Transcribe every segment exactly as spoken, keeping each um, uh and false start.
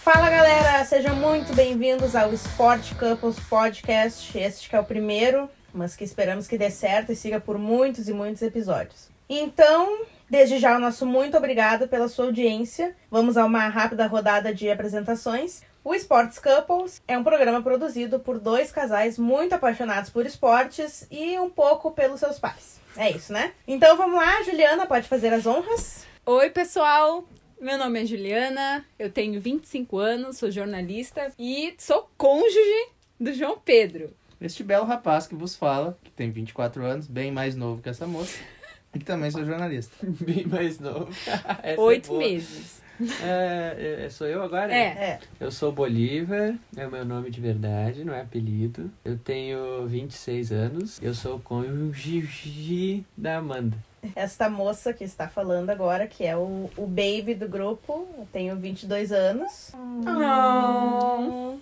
Fala galera, sejam muito bem-vindos ao Sport Couples Podcast. Este que é o primeiro, mas que esperamos que dê certo e siga por muitos e muitos episódios. Então, desde já o nosso muito obrigado pela sua audiência. Vamos a uma rápida rodada de apresentações. O Sports Couples é um programa produzido por dois casais muito apaixonados por esportes e um pouco pelos seus pais. É isso, né? Então vamos lá, Juliana, pode fazer as honras. Oi, pessoal! Meu nome é Juliana, eu tenho vinte e cinco anos, sou jornalista e sou cônjuge do João Pedro. Este belo rapaz que vos fala, que tem vinte e quatro anos, bem mais novo que essa moça, e que também sou jornalista. Bem mais novo. Oito é meses. É, é, sou eu agora? É. É. Eu sou Bolívar, é o meu nome de verdade, não é apelido. Eu tenho vinte e seis anos, eu sou cônjuge da Amanda. Esta moça que está falando agora, que é o, o baby do grupo, eu tenho vinte e dois anos. Não.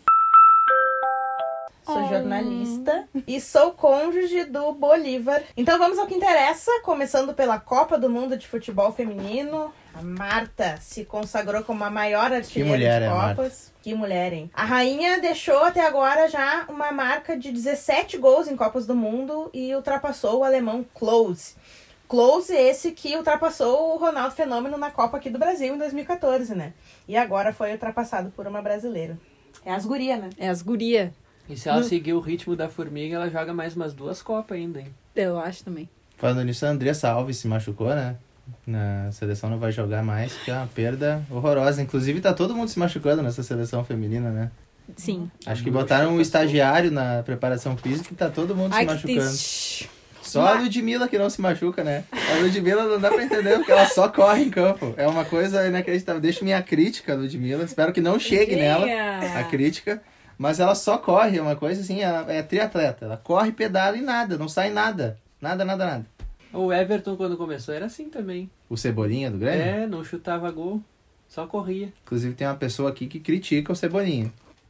Sou Oh. jornalista e sou cônjuge do Bolívar. Então vamos ao que interessa, começando pela Copa do Mundo de Futebol Feminino. A Marta se consagrou como a maior artilheira mulher de é a Marta. Copas. Que mulher, hein? A rainha deixou até agora já uma marca de dezessete gols em Copas do Mundo e ultrapassou o alemão Klose. Klose, esse que ultrapassou o Ronaldo Fenômeno na Copa aqui do Brasil em dois mil e catorze, né? E agora foi ultrapassado por uma brasileira. É as gurias, né? É as guria, E se ela seguir o ritmo da formiga, ela joga mais umas duas copas ainda, hein? eu acho também. Falando nisso, a Andressa Alves se machucou, né? Na seleção não vai jogar mais, que é uma perda horrorosa. Inclusive tá todo mundo se machucando nessa seleção feminina, né? Sim. Acho que botaram um estagiário na preparação física e tá todo mundo Ai, se que machucando. triste. Só a Ludmilla que não se machuca, né? A Ludmilla não dá pra entender, porque ela só corre em campo. É uma coisa inacreditável. Deixo minha crítica, Ludmilla. Espero que não chegue nela a crítica. Mas ela só corre, é uma coisa assim, ela é triatleta. Ela corre, pedala e nada, não sai nada. Nada, nada, nada. O Everton, quando começou, era assim também. O Cebolinha do Grêmio? É, não chutava gol, só corria. Inclusive tem uma pessoa aqui que critica o Cebolinha.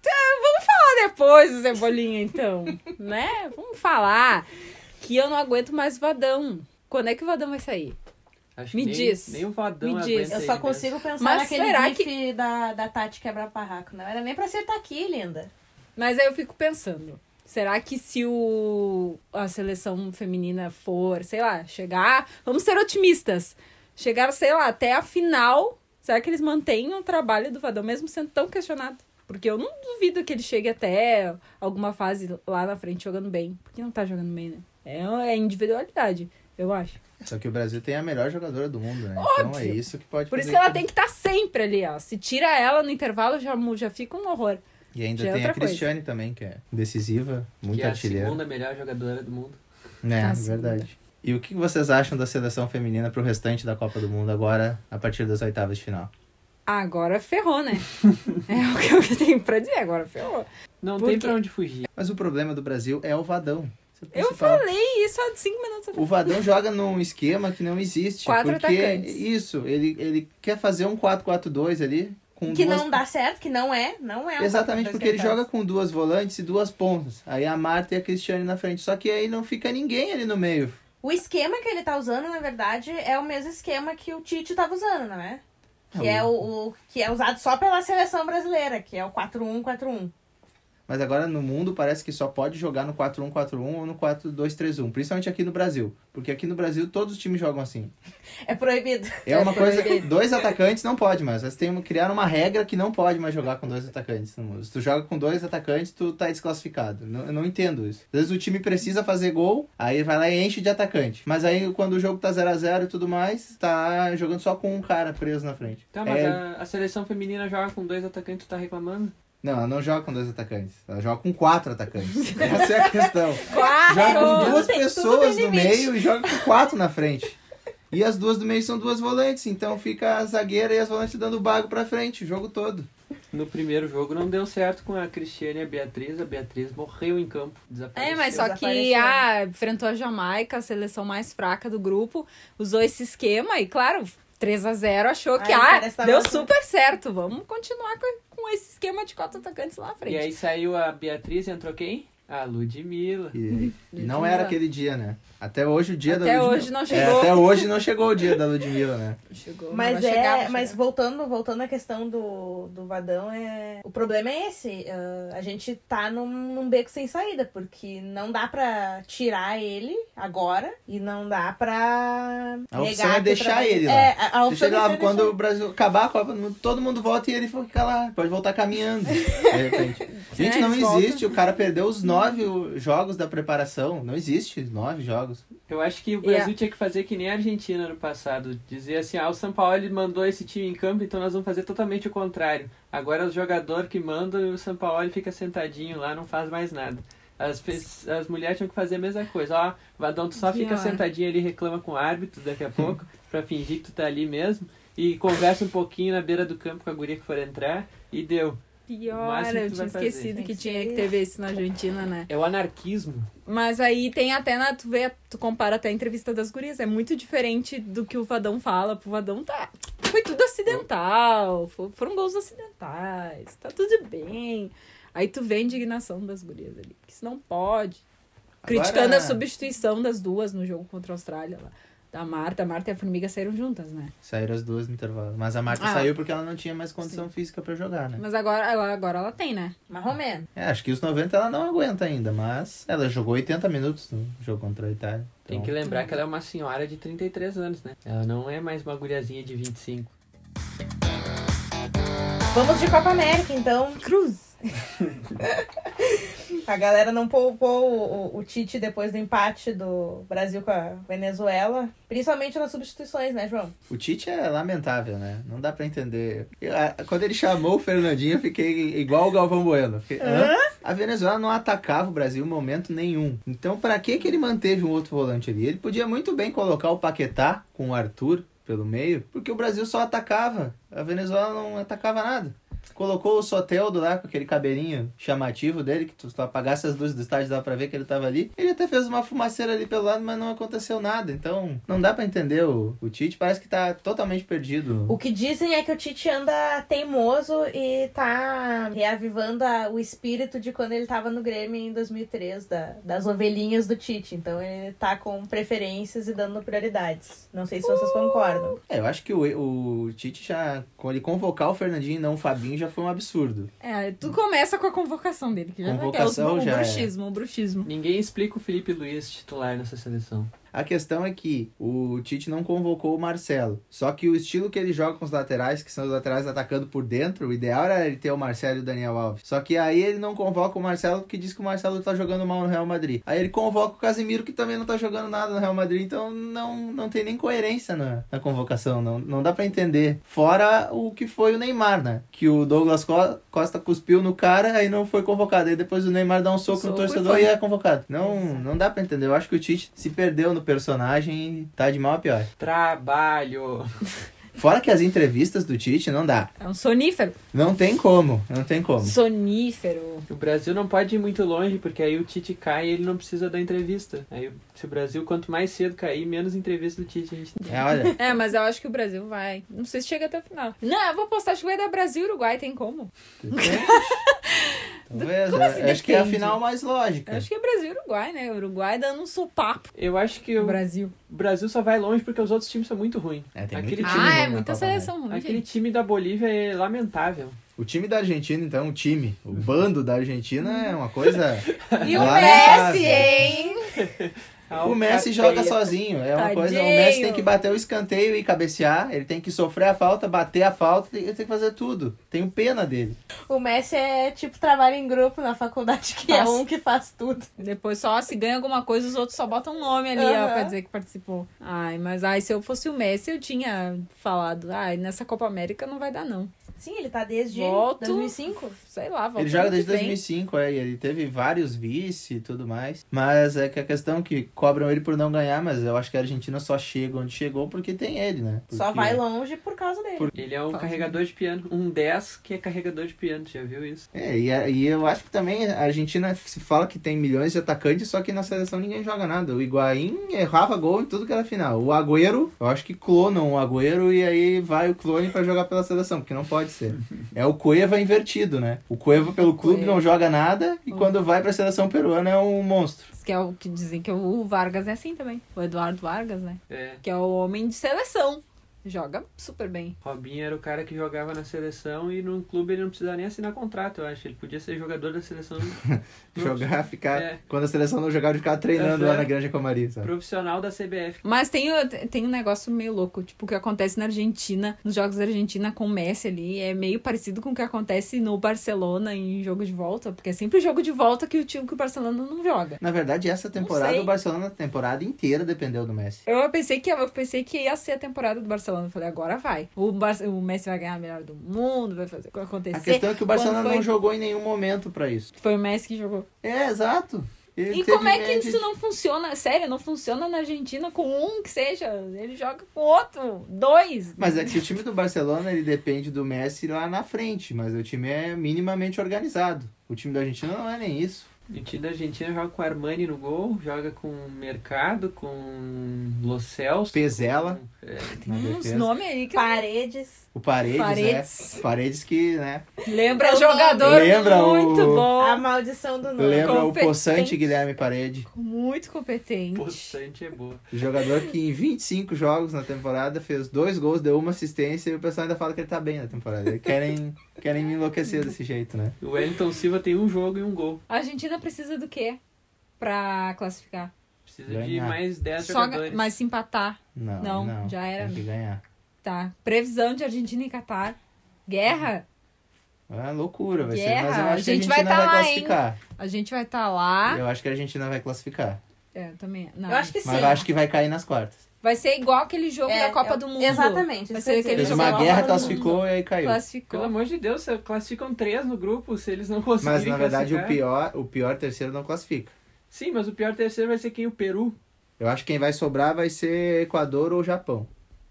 Depois do Cebolinha, então, né? Vamos falar que eu não aguento mais Vadão. Quando é que o Vadão vai sair? Acho Me que nem, diz. nem o Vadão Me diz. aguenta Eu ele só mesmo. consigo pensar Mas naquele será gif da, da Tati quebra-barraco. Não era nem pra ser tá aqui, linda. Mas aí eu fico pensando, será que se o, a seleção feminina for, sei lá, chegar... Vamos ser otimistas. Chegar, sei lá, até a final, será que eles mantêm o trabalho do Vadão, mesmo sendo tão questionado? Porque eu não duvido que ele chegue até alguma fase lá na frente jogando bem. Porque não tá jogando bem, né? É, é individualidade, eu acho. Só que o Brasil tem a melhor jogadora do mundo, né? Óbvio. Então é isso que pode Por isso fazer que ela tem que estar sempre ali, ó. Se tira ela no intervalo, já, já fica um horror. E ainda Já é tem a outra coisa. Cristiane também, que é decisiva, muito Que é a artilheira. segunda melhor jogadora do mundo. É, A verdade. E o que vocês acham da seleção feminina pro restante da Copa do Mundo agora, a partir das oitavas de final? Agora ferrou, né? É o que eu tenho pra dizer, agora ferrou. Não Por tem quê? pra onde fugir. Mas o problema do Brasil é o Vadão. Isso é o Eu principal. falei isso há cinco minutos atrás. O Vadão joga num esquema que não existe. Quatro porque atacantes. Isso, ele, ele quer fazer um quatro quatro dois ali. Com Que duas... não dá certo, que não é. Não é um Exatamente, quatro dois porque ele que joga com duas volantes e duas pontas. Aí a Marta e a Cristiane na frente. Só que aí não fica ninguém ali no meio. O esquema que ele tá usando, na verdade, é o mesmo esquema que o Tite tava usando, não é? Que, Ah, é, o- o, o- que é usado só pela seleção brasileira, que é o quatro um quatro um. Mas agora no mundo parece que só pode jogar no quatro um quatro um ou no quatro dois três um. Principalmente aqui no Brasil. Porque aqui no Brasil todos os times jogam assim. É proibido. É, É uma coisa que proibido. dois atacantes não pode mais. Eles têm, criaram uma regra que não pode mais jogar com dois atacantes no mundo. Se tu joga com dois atacantes, tu tá desclassificado. Não, eu não entendo isso. Às vezes o time precisa fazer gol, aí vai lá e enche de atacante. Mas aí quando o jogo tá zero a zero e tudo mais, tá jogando só com um cara preso na frente. Tá, mas É- a, a seleção feminina joga com dois atacantes, tu tá reclamando? Não, ela não joga com dois atacantes. Ela joga com quatro atacantes. Essa é a questão. Quatro! Joga com tudo duas tem- tudo pessoas tem no limite. meio e joga com quatro na frente. E as duas do meio são duas volantes, então fica a zagueira e as volantes dando bago pra frente o jogo todo. No primeiro jogo não deu certo com a Cristiane e a Beatriz. A Beatriz morreu em campo, desapareceu. É, mas só que Desapareceu. ah, enfrentou a Jamaica, a seleção mais fraca do grupo, usou esse esquema e, claro, três a zero achou que Aí ah, parece que tava deu assim. super certo. Vamos continuar com, com esse esquema de quatro atacantes lá na frente. E aí saiu a Beatriz e entrou quem? A Ludmilla. E, e não era aquele dia, né? Até hoje o dia Até da Ludmilla. hoje não É, chegou. até hoje não chegou o dia da Ludmilla, né? Chegou, Mas vai é, chegar, vai mas chegar. voltando, voltando à questão do, do Vadão, é... o problema é esse. ah, a gente tá num, num beco sem saída, porque não dá pra tirar ele agora e não dá pra A opção negar é que deixar trabalho- ele lá. É, a, a Você opção chega lá, é quando deixar. o Brasil acabar a Copa do Mundo, todo mundo volta e ele fica lá, pode voltar caminhando, de repente. Gente, É, não eles voltam. existe, o cara perdeu os nove jogos da preparação, não existe nove jogos. Eu acho que o Yeah. Brasil tinha que fazer que nem a Argentina no passado. Dizer assim, ah, o São Paulo mandou esse time em campo, então nós vamos fazer totalmente o contrário. Agora é o jogador que manda e o São Paulo fica sentadinho lá, não faz mais nada. As, pe- as mulheres tinham que fazer a mesma coisa. Ó, Vadão, tu só fica Pior. sentadinho ali e reclama com o árbitro daqui a pouco, pra fingir que tu tá ali mesmo. E conversa um pouquinho na beira do campo com a guria que for entrar e deu. Pior, máximo que eu tu tinha vai fazer. esquecido Tem que que tinha ser. que teve isso na Argentina, né? É o anarquismo. Mas aí tem até na. Tu vê, tu compara até a entrevista das gurias. É muito diferente do que o Vadão fala. O Vadão tá. Foi tudo acidental. fo- Foram gols acidentais. Tá tudo bem. Aí tu vê a indignação das gurias ali. Que isso não pode. Criticando Agora- a substituição das duas no jogo contra a Austrália lá. Da Marta. A Marta e a Formiga saíram juntas, né? Saíram as duas no intervalo. Mas a Marta Ah. saiu porque ela não tinha mais condição física pra jogar, né? Mas agora ela, agora ela tem, né? Marromeno. É, acho que os noventa ela não aguenta ainda, mas ela jogou oitenta minutos no jogo contra a Itália. Tem Então, que lembrar que ela é uma senhora de trinta e três anos, né? Ela não é mais uma guriazinha de vinte e cinco. Vamos de Copa América, então. Cruz. A galera não poupou o, o, o Tite depois do empate do Brasil com a Venezuela. Principalmente nas substituições, né, João? O Tite é lamentável, né? Não dá pra entender. Eu, a- quando ele chamou o Fernandinho, eu fiquei igual o Galvão Bueno. Fiquei, hã? A Venezuela não atacava o Brasil em momento nenhum. Então, pra que que ele manteve um outro volante ali? Ele podia muito bem colocar o Paquetá com o Arthur pelo meio, porque o Brasil só atacava. A Venezuela não atacava nada. Colocou o Soteldo lá com aquele cabelinho chamativo dele, que tu, tu apagasse as luzes do estádio, dava pra ver que ele tava ali. Ele até fez uma fumaceira ali pelo lado, mas não aconteceu nada. Então, não dá pra entender o, o Tite. Parece que tá totalmente perdido. O que dizem é que o Tite anda teimoso e tá reavivando a- o espírito de quando ele tava no Grêmio em dois mil e três, da, das ovelhinhas do Tite. Então ele tá com preferências e dando prioridades. Não sei se vocês concordam. É, eu acho que o, o Tite já, quando ele convocar o Fernandinho e não o Fabinho, já foi um absurdo. É, tudo começa com a convocação dele. Que já Convocação é o, o já é. bruxismo, o bruxismo. Ninguém explica o Felipe Luiz titular nessa seleção. A questão é que o Tite não convocou o Marcelo. Só que o estilo que ele joga com os laterais, que são os laterais atacando por dentro, o ideal era ele ter o Marcelo e o Daniel Alves. Só que aí ele não convoca o Marcelo porque diz que o Marcelo tá jogando mal no Real Madrid. Aí ele convoca o Casemiro, que também não tá jogando nada no Real Madrid. Então não, não tem nem coerência na, na convocação. Não, não dá pra entender. Fora o que foi o Neymar, né? Que o Douglas Co- Costa cuspiu no cara, aí não foi convocado. Aí depois o Neymar dá um soco, Soco no e torcedor foi. e é convocado. Não, não dá pra entender. Eu acho que o Tite se perdeu no personagem e tá de mal a pior. Trabalho! Fora que as entrevistas do Tite não dá. É um sonífero. Não tem como, não tem como. Sonífero. O Brasil não pode ir muito longe, porque aí o Tite cai e ele não precisa da entrevista. Aí, se o Brasil, quanto mais cedo cair, menos entrevista do Tite a gente tem. É, olha, É, mas eu acho que o Brasil vai. Não sei se chega até o final. Não, eu vou postar, acho que vai dar Brasil e Uruguai, tem como? talvez. Como assim, eu acho que é a depende? final mais lógica. Eu acho que é Brasil e Uruguai, né? O Uruguai dando um sopapo Eu acho que no o Brasil. Brasil só vai longe porque os outros times são muito ruins. É, tem Aquele muito time time Ah, ruim é na muita Copa seleção ruim, Aquele gente. time da Bolívia é lamentável. O time da Argentina, então, o time, o bando da Argentina é uma coisa. E o lamentável. Messi, hein? O Messi joga sozinho, é uma Tadinho. coisa. O Messi tem que bater o escanteio e cabecear, ele tem que sofrer a falta, bater a falta, ele tem que fazer tudo. Tenho pena dele. O Messi é tipo trabalho em grupo na faculdade, que é Nossa. um que faz tudo. Depois só se ganha alguma coisa, os outros só botam um nome ali, ó, Aham. pra dizer que participou. Ai, mas ai, se eu fosse o Messi, eu tinha falado, ai, nessa Copa América não vai dar, não. Sim, ele tá desde Volto. dois mil e cinco. Sei lá, volta Ele joga ano desde que vem. dois mil e cinco, é, e ele teve vários vice e tudo mais. Mas é que a questão é que cobram ele por não ganhar, mas eu acho que a Argentina só chega onde chegou porque tem ele, né? Só Porque- vai longe por causa dele. Ele é um Faz, carregador de piano. Um dez que é carregador de piano, já viu isso? É, e, a- e eu acho que também a Argentina se fala que tem milhões de atacantes, só que na seleção ninguém joga nada. O Higuaín errava gol em tudo que era final. O Agüero, eu acho que clonam o Agüero e aí vai o clone pra jogar pela seleção, porque não pode pode ser. É o Cueva invertido, né? O Cueva pelo clube Cueva. não joga nada e quando vai pra seleção peruana é um monstro. Que é o que dizem que o Vargas é assim também. O Eduardo Vargas, né? É. Que é o homem de seleção. Joga super bem. Robinho era o cara que jogava na seleção e no clube ele não precisava nem assinar contrato, eu acho. Ele podia ser jogador da seleção. Jogar, ficar... É. Quando a seleção não jogava, ele ficava treinando Uhum. lá na Granja Comari, sabe? Profissional da C B F. Mas tem, o- tem um negócio meio louco. Tipo, o que acontece na Argentina, nos jogos da Argentina com o Messi ali, é meio parecido com o que acontece no Barcelona em jogo de volta. Porque é sempre jogo de volta que o time que o Barcelona não joga. Na verdade, essa temporada, sei. o Barcelona, a temporada inteira dependeu do Messi. Eu pensei que, eu pensei que ia ser a temporada do Barcelona. Eu falei, agora vai. O, Bar- o Messi vai ganhar a melhor do mundo, vai fazer o que acontecer. A questão é que o Barcelona Quando foi- não jogou em nenhum momento pra isso. Foi o Messi que jogou. É, exato. Ele E teve como é que média isso de- não funciona? Sério, não funciona na Argentina com um que seja. Ele joga com outro, dois. Mas é que o time do Barcelona, ele depende do Messi lá na frente, mas o time é minimamente organizado. O time da Argentina não é nem isso. O time da Argentina joga com Armani no gol, joga com Mercado, com Lo Celso. Pezela. com- é, Na Uns defesa. nomes aí que Paredes. O Paredes, Paredes. é. Paredes que, né? lembra Eu jogador Lembra muito o- bom. A maldição do nome. Lembra o competente. possante Guilherme Paredes. Muito competente. Poçante é boa. O jogador que em vinte e cinco jogos na temporada fez dois gols, deu uma assistência e o pessoal ainda fala que ele tá bem na temporada. Eles querem, querem me enlouquecer desse jeito, né? O Wellington Silva tem um jogo e um gol. A Argentina precisa do quê pra classificar? Precisa de Ganhar. mais dez Só, jogadores. mas se empatar. Não, Não, não, já era. Tem que ganhar. Tá. Previsão de Argentina e Catar. Guerra. É loucura, vai ser. Guerra. Mas eu A acho que a gente vai Argentina vai, tá lá, classificar. A gente vai estar lá. Eu acho que a Argentina vai classificar. É, também. Não. Eu acho que sim. Mas eu acho que vai cair nas quartas. Vai ser igual aquele jogo É, da Copa eu- do Mundo. Exatamente. Vai isso ser quer aquele dizer, Fez jogo uma da guerra, Copa do classificou e aí caiu. Classificou. Pelo amor de Deus, classificam três no grupo, se eles não conseguirem Mas na verdade o classificar. pior, o pior terceiro não classifica. Sim, mas o pior terceiro vai ser quem? O Peru. Eu acho que quem vai sobrar vai ser Equador ou Japão.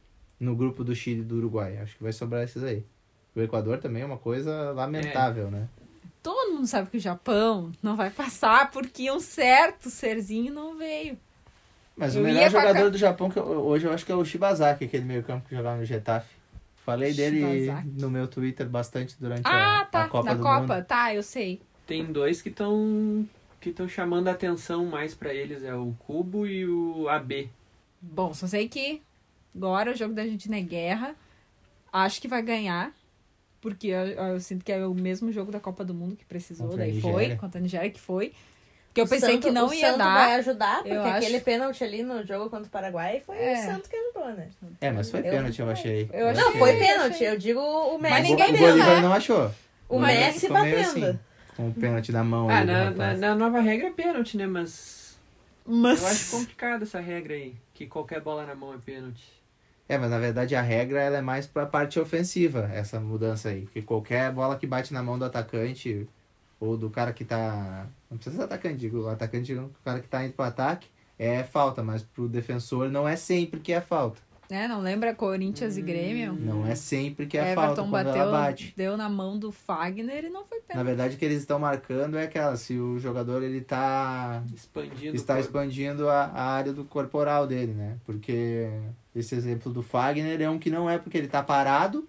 No grupo do Chile e do Uruguai. Acho que vai sobrar esses aí. O Equador também é uma coisa lamentável, né? Todo mundo sabe que o Japão não vai passar porque um certo serzinho não veio. Mas Eu o ia melhor pra jogador cá. do Japão que eu- hoje eu acho que é o Shibazaki, aquele meio campo que jogava no Getafe. Falei dele Shibazaki. no meu Twitter bastante durante Ah, a, tá. a Copa Na do Copa. Mundo. Tá, eu sei. Tem dois que estão que estão chamando a atenção mais pra eles, é o Cubo e o A B. Bom, só sei que agora o jogo da Argentina é guerra. Acho que vai ganhar. Porque eu, eu sinto que é o mesmo jogo da Copa do Mundo que precisou. Contra a Daí foi, Nigéria. contra a Nigéria que foi. Que eu O pensei Santo- que não o ia Santo dar. vai ajudar, porque Eu aquele acho. pênalti ali no jogo contra o Paraguai foi É. o Santo que ajudou, né? É, mas foi Eu- pênalti, eu achei. Eu achei. Não, achei- foi Eu pênalti. achei. Eu digo o Mas Messi O ninguém Bo- viu, o Bolívar né? não achou. O Bolívar Messi ficou meio batendo. assim, com o pênalti na mão Ah, aí do na, na, rapaz. na nova regra é pênalti, né? Mas Mas... eu acho complicado essa regra aí, que qualquer bola na mão é pênalti. É, mas na verdade a regra ela é mais pra parte ofensiva, essa mudança aí. Que qualquer bola que bate na mão do atacante ou do cara que tá... Não precisa ser atacante, digo, o atacante, o cara que tá indo pro ataque, é falta, mas pro defensor não é sempre que é falta. É, não lembra Corinthians e Grêmio? Não é sempre que é falta Everton quando bateu, ela bate. deu na mão do Fagner e não foi Na pênalti. verdade o que eles estão marcando é aquela, se o jogador ele tá... Expandindo está o corpo. expandindo a, a área do corporal dele, né? Porque esse exemplo do Fagner é um que não é porque ele tá parado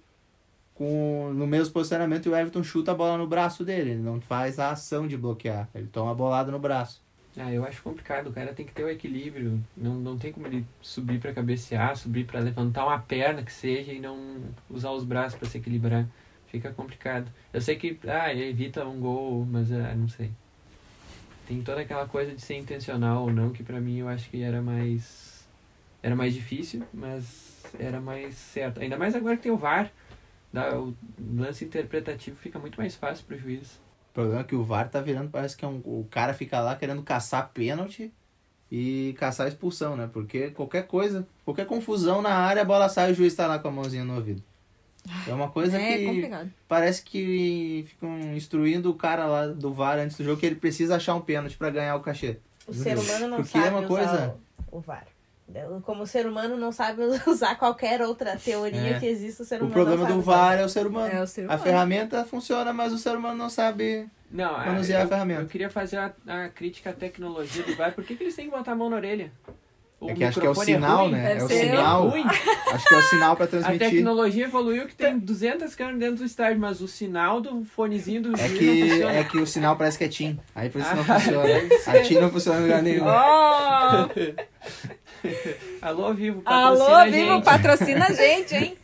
com, no mesmo posicionamento e o Everton chuta a bola no braço dele. Ele não faz a ação de bloquear. Ele toma a bolada no braço. Ah, eu acho complicado, o cara tem que ter o equilíbrio. Não, não tem como ele subir pra cabecear, subir pra levantar uma perna que seja e não usar os braços pra se equilibrar. Fica complicado. Eu sei que, ah, evita um gol, mas ah, não sei. Tem toda aquela coisa de ser intencional ou não, que pra mim eu acho que era mais era mais difícil, mas era mais certo. Ainda mais agora que tem o V A R, dá, o lance interpretativo fica muito mais fácil pro juiz. O problema é que o V A R tá virando, parece que é um, o cara fica lá querendo caçar pênalti e caçar expulsão, né? Porque qualquer coisa, qualquer confusão na área, a bola sai e o juiz tá lá com a mãozinha no ouvido. É uma coisa É que complicado. parece que ficam instruindo o cara lá do V A R antes do jogo que ele precisa achar um pênalti pra ganhar o cachê. O ser humano não Porque sabe é uma usar coisa- o, o V A R. Como o ser humano não sabe usar qualquer outra teoria É. que exista, o ser O humano problema não sabe do V usar. A R é o ser humano. É o ser A humano. ferramenta funciona, mas o ser humano não sabe. Não, Manusear eu, a ferramenta. eu queria fazer a, a crítica à tecnologia do V A R. Por que, que eles têm que botar a mão na orelha? O, o É que acho que é o microfone sinal, ruim. né? Deve É o ser sinal. ruim. Acho que é o sinal pra A transmitir. tecnologia evoluiu que tem duzentas câmeras dentro do estádio, mas o sinal do fonezinho do É juiz não que, funciona. é que o sinal parece que é TIM. Aí por isso não Ah, funciona. deve ser. A TIM não funciona em lugar nenhum. Oh! Alô, Vivo, patrocina Alô, a Vivo, gente. patrocina a gente, hein?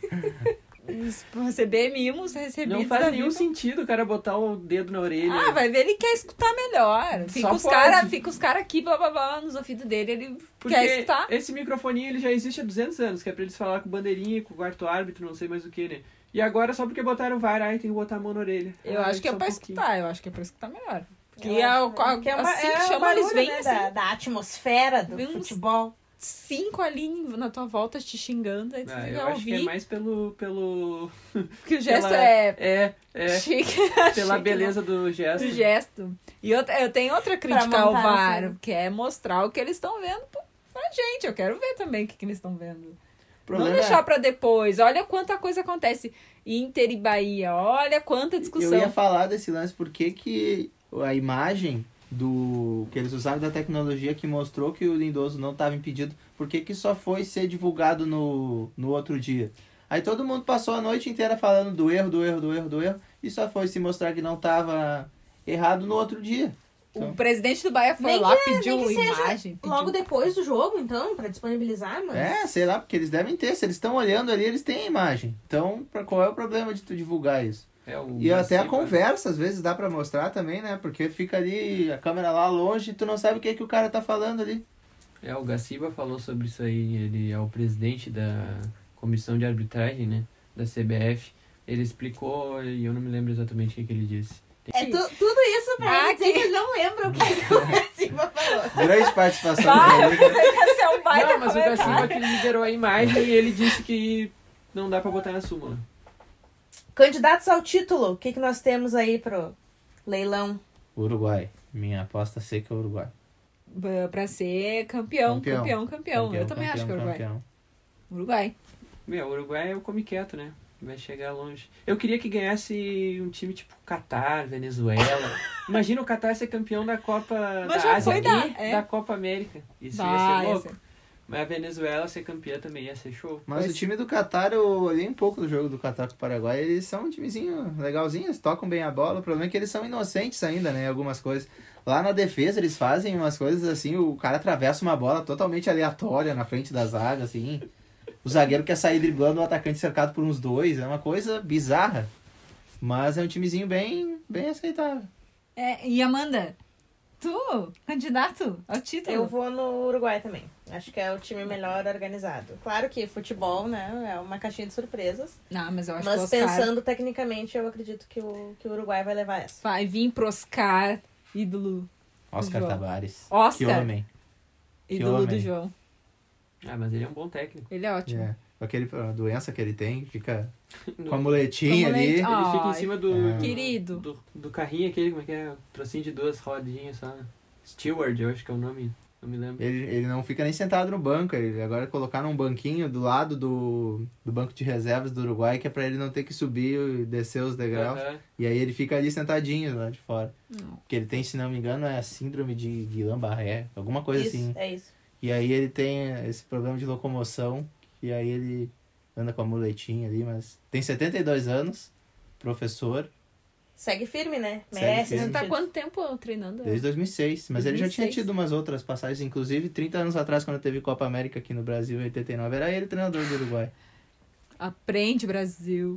Receber mimos recebidos Não faz da nenhum Vivo. sentido o cara botar o dedo na orelha. Ah, vai ver, ele quer escutar melhor. Fica Só os pode. caras fica os cara aqui, blá blá blá, nos ouvidos dele, ele Porque quer escutar. esse microfoninho ele já existe há duzentos anos, que é pra eles falar com bandeirinha, com o quarto árbitro, não sei mais o que, né? E agora, só porque botaram o V A R, aí tem que botar a mão na orelha. Eu Ah, acho que é só um pra pouquinho. escutar, eu acho que é pra escutar melhor. Que Eu é, acho, o, a, que é uma, assim é que um chama, barulho, eles vêm né, assim, da, da atmosfera do Vem uns- futebol. cinco ali na tua volta te xingando, aí tu Ah, vai eu acho que é ouvir. mais pelo... pelo Que o gesto pela- é É, é. chique. Pela chique, beleza do gesto. do gesto. E outra, eu tenho outra crítica ao montar a V A R, cena. que é mostrar o que eles estão vendo pra pra gente. Eu quero ver também o que, que eles estão vendo. O Não problema deixar é, pra depois. Olha quanta coisa acontece. Inter e Bahia. Olha quanta discussão. eu ia falar desse lance, por que que a imagem do que eles usaram da tecnologia que mostrou que o Lindoso não estava impedido, por que que só foi ser divulgado no, no outro dia? Aí todo mundo passou a noite inteira falando do erro, do erro, do erro, do erro, e só foi se mostrar que não estava errado no outro dia. O presidente do Bahia foi Nem lá, que- pediu nem que seja imagem. Pediu... Logo depois do jogo, então, pra disponibilizar, mas... É, sei lá, porque eles devem ter, se eles estão olhando ali, eles têm a imagem. Então, pra, qual é o problema de tu divulgar isso? É o E até a Gaciba. conversa, às vezes, dá pra mostrar também, né? Porque fica ali, a câmera lá longe, e tu não sabe o que, que o cara tá falando ali. É, o Gaciba falou sobre isso aí. Ele é o presidente da comissão de arbitragem, né? Da C B F. Ele explicou e eu não me lembro exatamente o que, que ele disse. É tu- tudo isso pra Ah, ele dizer que- que ele não lembra o que o Gaciba falou. Grande participação Ah, dele. Esse é um baita Não, mas o comentário. Gaciba que liberou a imagem e ele disse que não dá pra botar na súmula. Candidatos ao título, o que, que nós temos aí pro leilão? Uruguai. Minha aposta seca é Uruguai. Pra- Pra ser campeão, campeão, campeão. Eu também acho que é Uruguai. campeão. Uruguai. Meu, o Uruguai é o come quieto, né? Vai chegar longe. Eu queria que ganhasse um time tipo Catar, Venezuela. Imagina o Catar ser campeão da Copa Mas da já Ásia foi da- e é. da Copa América. Isso Bah, ia ia ser louco. ser. Mas a Venezuela ser campeã também ia ser show. Mas Pois- o time do Catar, eu olhei um pouco do jogo do Catar com o Paraguai, eles são um timezinho legalzinho, eles tocam bem a bola, o problema é que eles são inocentes ainda, né, algumas coisas. Lá na defesa eles fazem umas coisas assim, o cara atravessa uma bola totalmente aleatória na frente da zaga, assim. O zagueiro quer sair driblando o atacante cercado por uns dois, é uma coisa bizarra. Mas é um timezinho bem, bem aceitável. É, e Amanda, tu, candidato ao título. Eu vou no Uruguai também. Acho que é o time melhor organizado. Claro que futebol, né, é uma caixinha de surpresas. Não, mas eu acho Mas que o Oscar pensando tecnicamente, eu acredito que o, que o Uruguai vai levar essa. vai vir pro Oscar, ídolo, Oscar João. Tabares. Oscar. Que homem. Que ídolo do homem. João. Ah, mas ele é um bom técnico. Ele é ótimo. É. Com aquele, a doença que ele tem, fica No- com a muletinha Com a ali. muletinha. Ele fica em Ai, cima do, é. do, Querido. do, do carrinho aquele, como é que é? Trocinho de duas rodinhas só. né? Steward, eu acho que é o nome. Não me lembro. Ele, ele não fica nem sentado no banco, ele agora colocaram um banquinho do lado do, do banco de reservas do Uruguai, que é pra ele não ter que subir e descer os degraus. Aham. E aí ele fica ali sentadinho lá de fora. Não. Porque ele tem, se não me engano, é a síndrome de Guillain-Barré, alguma coisa isso, assim. é isso. E aí ele tem esse problema de locomoção, e aí ele anda com a muletinha ali, mas tem setenta e dois anos, professor, Segue firme, né? Segue Merece firme. esse Tá título. quanto tempo treinando? desde dois mil e seis. Mas ele já tinha dois mil e seis. tido umas outras passagens, inclusive trinta anos atrás, quando teve Copa América aqui no Brasil, em oitenta e nove, era ele treinador do Uruguai. Aprende, Brasil.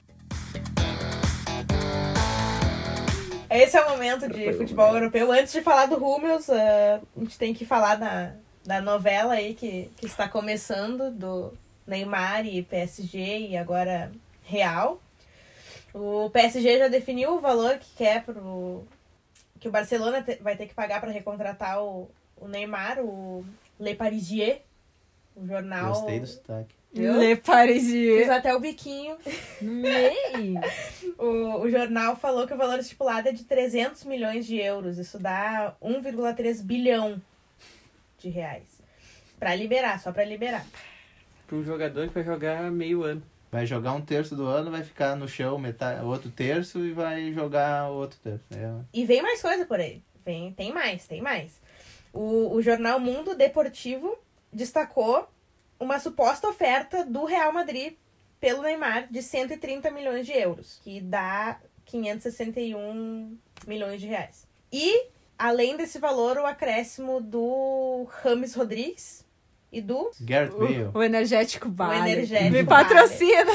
Esse é o momento de futebol europeu. Antes de falar do Rúmeus, uh, a gente tem que falar da, da novela aí que, que está começando, do Neymar e P S G e agora Real. O P S G já definiu o valor que quer pro, que o Barcelona te, vai ter que pagar para recontratar o, o Neymar, o Le Parisien, o jornal. Gostei do sotaque. Viu? Le Fiz Parisien. até o biquinho. Ei. O, o jornal falou que o valor estipulado é de trezentos milhões de euros. Isso dá um vírgula três bilhão de reais. Pra liberar, só pra liberar. Para um jogador que vai jogar meio ano. Vai jogar um terço do ano, vai ficar no chão metade, outro terço e vai jogar o outro terço. É. E vem mais coisa por aí. Vem, tem mais, tem mais. O, o jornal Mundo Deportivo destacou uma suposta oferta do Real Madrid pelo Neymar de cento e trinta milhões de euros, que dá quinhentos e sessenta e um milhões de reais. E, além desse valor, o acréscimo do James Rodrigues e do... Gareth Bale. O, o energético Bale. O energético Me Bale. patrocina.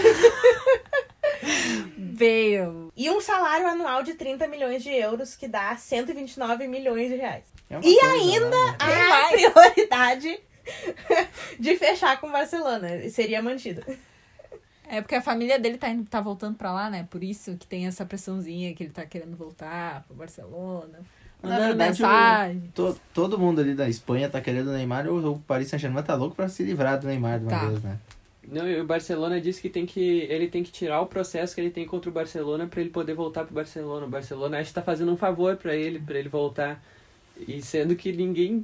Bale. E um salário anual de trinta milhões de euros, que dá cento e vinte e nove milhões de reais. É uma E coisa ainda lá, né? a mais. prioridade de fechar com o Barcelona. E seria mantida. É porque a família dele tá, indo, tá voltando pra lá, né? Por isso que tem essa pressãozinha que ele tá querendo voltar pro Barcelona. Na Mandando verdade, mensagem. o- to- todo mundo ali da Espanha tá querendo o Neymar, o, o Paris Saint-Germain tá louco pra se livrar do Neymar de uma Tá. vez, né? Não, e o Barcelona disse que, tem que ele tem que tirar o processo que ele tem contra o Barcelona pra ele poder voltar pro Barcelona. O Barcelona acho que tá fazendo um favor pra ele, pra ele voltar. E sendo que ninguém...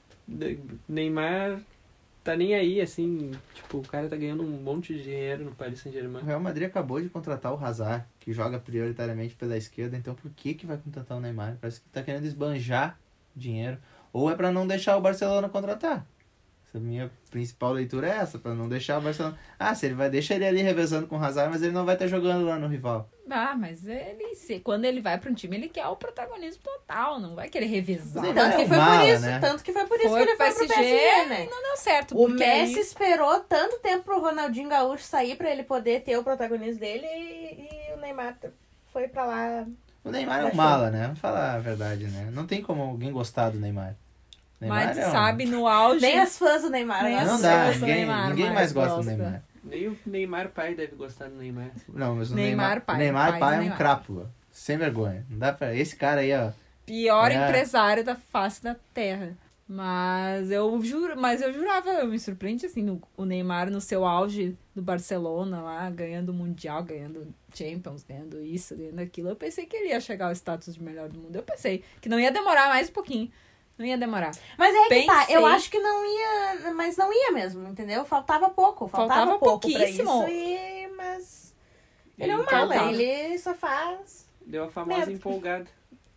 Neymar tá nem aí, assim... Tipo, o cara tá ganhando um monte de dinheiro no Paris O Saint-Germain. Real Madrid acabou de contratar o Hazard, que joga prioritariamente pela esquerda, então por que que vai contratar o Neymar? Parece que tá querendo esbanjar dinheiro. Ou é pra não deixar o Barcelona contratar. Essa minha principal leitura é essa, pra não deixar o Barcelona... Ah, se ele vai deixar ele ali revezando com o Hazard, mas ele não vai estar jogando lá no rival. Ah, mas ele, se, quando ele vai pra um time, ele quer o protagonismo total, não vai querer revezar. Mas Tanto é que um foi mala, por isso, né? tanto que foi por isso Foi que ele pro foi pro P S G, P S G, né? Não deu certo. O porque Messi aí- esperou tanto tempo pro Ronaldinho Gaúcho sair pra ele poder ter o protagonismo dele e, e o Neymar foi pra lá. O Neymar é um Achou. mala, né? Vamos falar a verdade, né? Não tem como alguém gostar do Neymar. Neymar Mas é um- sabe, no auge... Nem as fãs do Neymar. Nem né? as Não Nossa, dá, eu sou ninguém, Neymar, ninguém mas mais gosta gosta. do Neymar. Nem o Neymar pai deve gostar do Neymar. Não, mas o Neymar, Neymar, pai, o Neymar pai pai, do é um Neymar. crápula. Sem vergonha. Não dá pra... Esse cara aí, ó. Pior É. empresário da face da terra. Mas eu juro, mas eu jurava, eu me surpreende assim, no, o Neymar no seu auge do Barcelona lá, ganhando o Mundial, ganhando Champions, ganhando isso, ganhando aquilo. Eu pensei que ele ia chegar ao status de melhor do mundo. Eu pensei que não ia demorar mais um pouquinho. Não ia demorar. Mas é que tá, Pensei- eu acho que não ia, mas não ia mesmo, entendeu? Faltava pouco, faltava, Faltava pouco pra pouquíssimo. isso e... Mas ele é um Ele mala, faltava. ele só faz... Deu a famosa Merda. empolgada.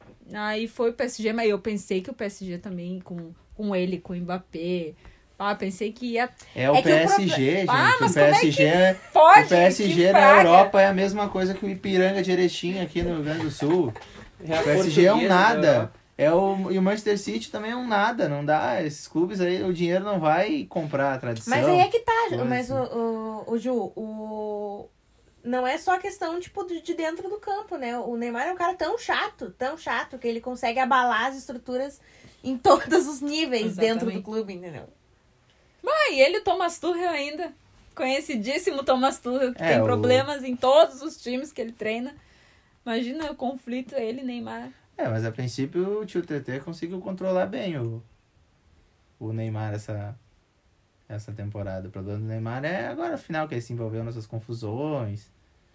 Aí foi o P S G, mas eu pensei que o P S G também, com, com ele, com o Mbappé. Ah, pensei que ia. É o É que o P S G, proble- gente. Ah, o mas como é P S G, é- Pode! o P S G que na praga. Europa é a mesma coisa que o Ipiranga de Erechim aqui no Rio Grande do Sul. É a O P S G é um portuguesa da nada. Europa. É o, e o Manchester City também é um nada. Não dá. Esses clubes aí, o dinheiro não vai comprar a tradição. Mas aí é que tá, coisa mas o, assim. o, o Ju, o... Não é só questão, tipo, de de dentro do campo, né? O Neymar é um cara tão chato, tão chato, que ele consegue abalar as estruturas em todos os níveis dentro do Exatamente. clube, entendeu? Ah, e ele, o Thomas Tuchel ainda. Conhecidíssimo Thomas Tuchel, que É, tem o- problemas em todos os times que ele treina. Imagina o conflito, ele e Neymar. É, mas a princípio o tio Tetê conseguiu controlar bem o, o Neymar essa, essa temporada. O problema do Neymar é agora a final, que ele se envolveu nessas confusões.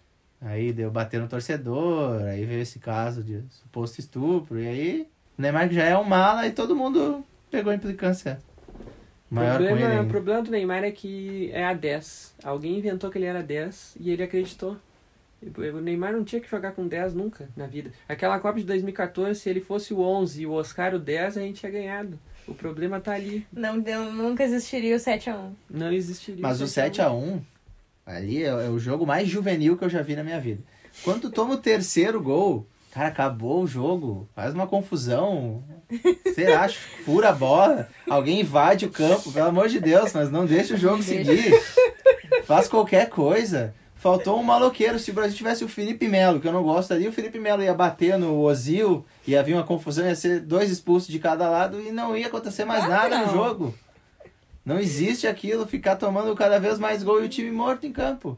Aí deu bater no torcedor, aí veio esse caso de suposto estupro. E aí o Neymar que já é um mala e todo mundo pegou implicância O maior com ele problema, o ainda. problema do Neymar é que é a dez. Alguém inventou que ele era dez e ele acreditou. O Neymar não tinha que jogar com dez nunca na vida. Aquela Copa de dois mil e quatorze, se ele fosse o onze e o Oscar o dez, a gente tinha ganhado. O problema tá ali. Não, deu- nunca existiria o sete a um. Não existiria. Mas o sete a um ali é, é o jogo mais juvenil que eu já vi na minha vida. Quando tu toma o terceiro gol, cara, acabou o jogo. Faz uma confusão. Sei lá, fura a bola. Alguém invade o campo, pelo amor de Deus, mas não deixa o jogo seguir. Faz qualquer coisa. Faltou um maloqueiro. Se o Brasil tivesse o Felipe Melo, que eu não gosto ali, o Felipe Melo ia bater no Ozil, ia vir uma confusão, ia ser dois expulsos de cada lado e não ia acontecer mais Claro que nada no não. jogo. Não existe aquilo, ficar tomando cada vez mais gol e o time morto em campo.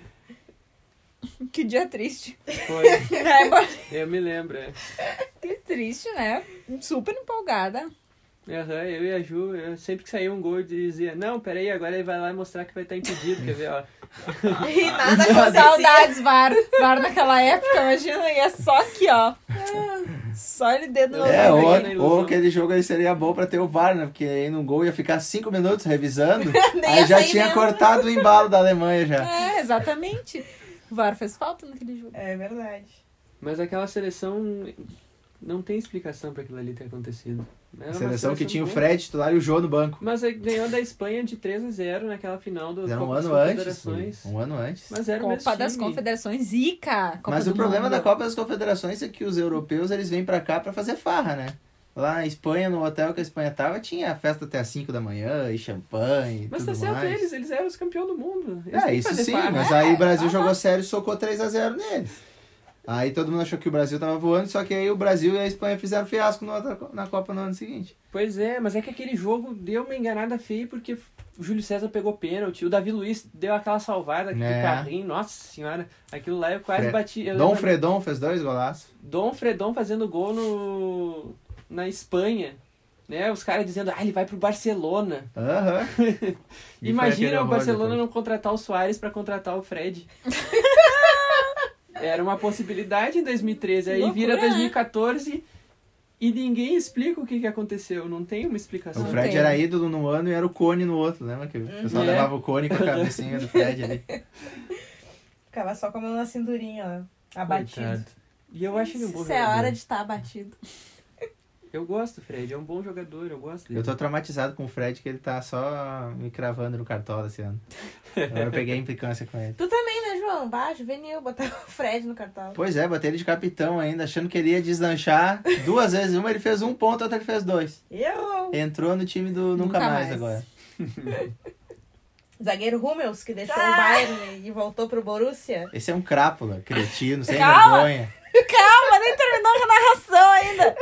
Que dia triste. Foi. É, mas- Eu me lembro, é. que triste, né? Super empolgada. Aham, eu e a Ju, eu, sempre que saía um gol, eu dizia, não, peraí, agora ele vai lá mostrar que vai estar impedido, quer ver, ó. E nada acontecia. Saudades, VAR. VAR naquela época, imagina, ia só aqui, ó. Só ele dedo no É, não, ou, peguei na ilusão. ou aquele jogo aí seria bom pra ter o V A R, né? Porque aí no gol ia ficar cinco minutos revisando, Nem aí ia já sair tinha mesmo. cortado o embalo da Alemanha já. É, exatamente. O VAR fez falta naquele jogo. É verdade. Mas aquela seleção, Não tem explicação pra aquilo ali ter acontecido. Era A uma seleção que tinha o boa. Fred titular e o Jô no banco. Mas aí ganhou da Espanha de três a zero naquela final do Era um Copa das ano antes. Confederações. Um ano antes. Mas era o mesmo Copa das time. Confederações, zica! Copa Mas do o problema Mundo. da Copa das Confederações é que os europeus eles vêm pra cá pra fazer farra, né? Lá na Espanha, no hotel que a Espanha tava, tinha festa até as cinco da manhã e champanhe e Mas tudo tá certo mais. eles, eles eram os campeões do mundo. Eles É, têm que isso fazer sim, farra. mas aí o Brasil aham. jogou sério e socou três a zero neles. Aí todo mundo achou que o Brasil tava voando, só que aí o Brasil e a Espanha fizeram fiasco no outra- na Copa no ano seguinte. Pois é, mas é que aquele jogo deu uma enganada feia porque o Júlio César pegou pênalti, o Davi Luiz deu aquela salvada com É. o carrinho, nossa senhora, aquilo lá eu quase Fre- bati. Eu Dom lembro- Fredon fez dois golaços. Dom Fredon fazendo gol no na Espanha, né? Os caras dizendo, ah, ele vai pro Barcelona. Aham. E foi aquele Imagina o horror Barcelona depois. não contratar o Suárez pra contratar o Fred. Era uma possibilidade em dois mil e treze, aí Que vira loucura, dois mil e quatorze e ninguém explica o que, que aconteceu, não tem uma explicação. O Não Fred tem. era ídolo num ano e era o Cone no outro, lembra? Que o pessoal É. levava o Cone com a cabecinha do Fred ali. Ficava só com a mão na cinturinha, ó, abatido. Coitado. E eu acho ele um bom Isso é jogador. hora de estar abatido. Eu gosto do Fred, é um bom jogador, eu gosto dele. Eu tô traumatizado com o Fred, que ele tá só me cravando no cartola esse ano. Agora eu peguei a implicância com ele. Tu também, né, João? Bah, juvenil, botar o Fred no cartão. Pois é, botei ele de capitão ainda, achando que ele ia deslanchar duas vezes. Uma ele fez um ponto, outra ele fez dois. Errou! Entrou no time do Nunca, Nunca mais, Mais. agora. Zagueiro Hummels, que deixou Ah! o Bayern e voltou pro Borussia. Esse é um crápula, cretino, sem Calma. vergonha. Calma, nem terminou a narração ainda.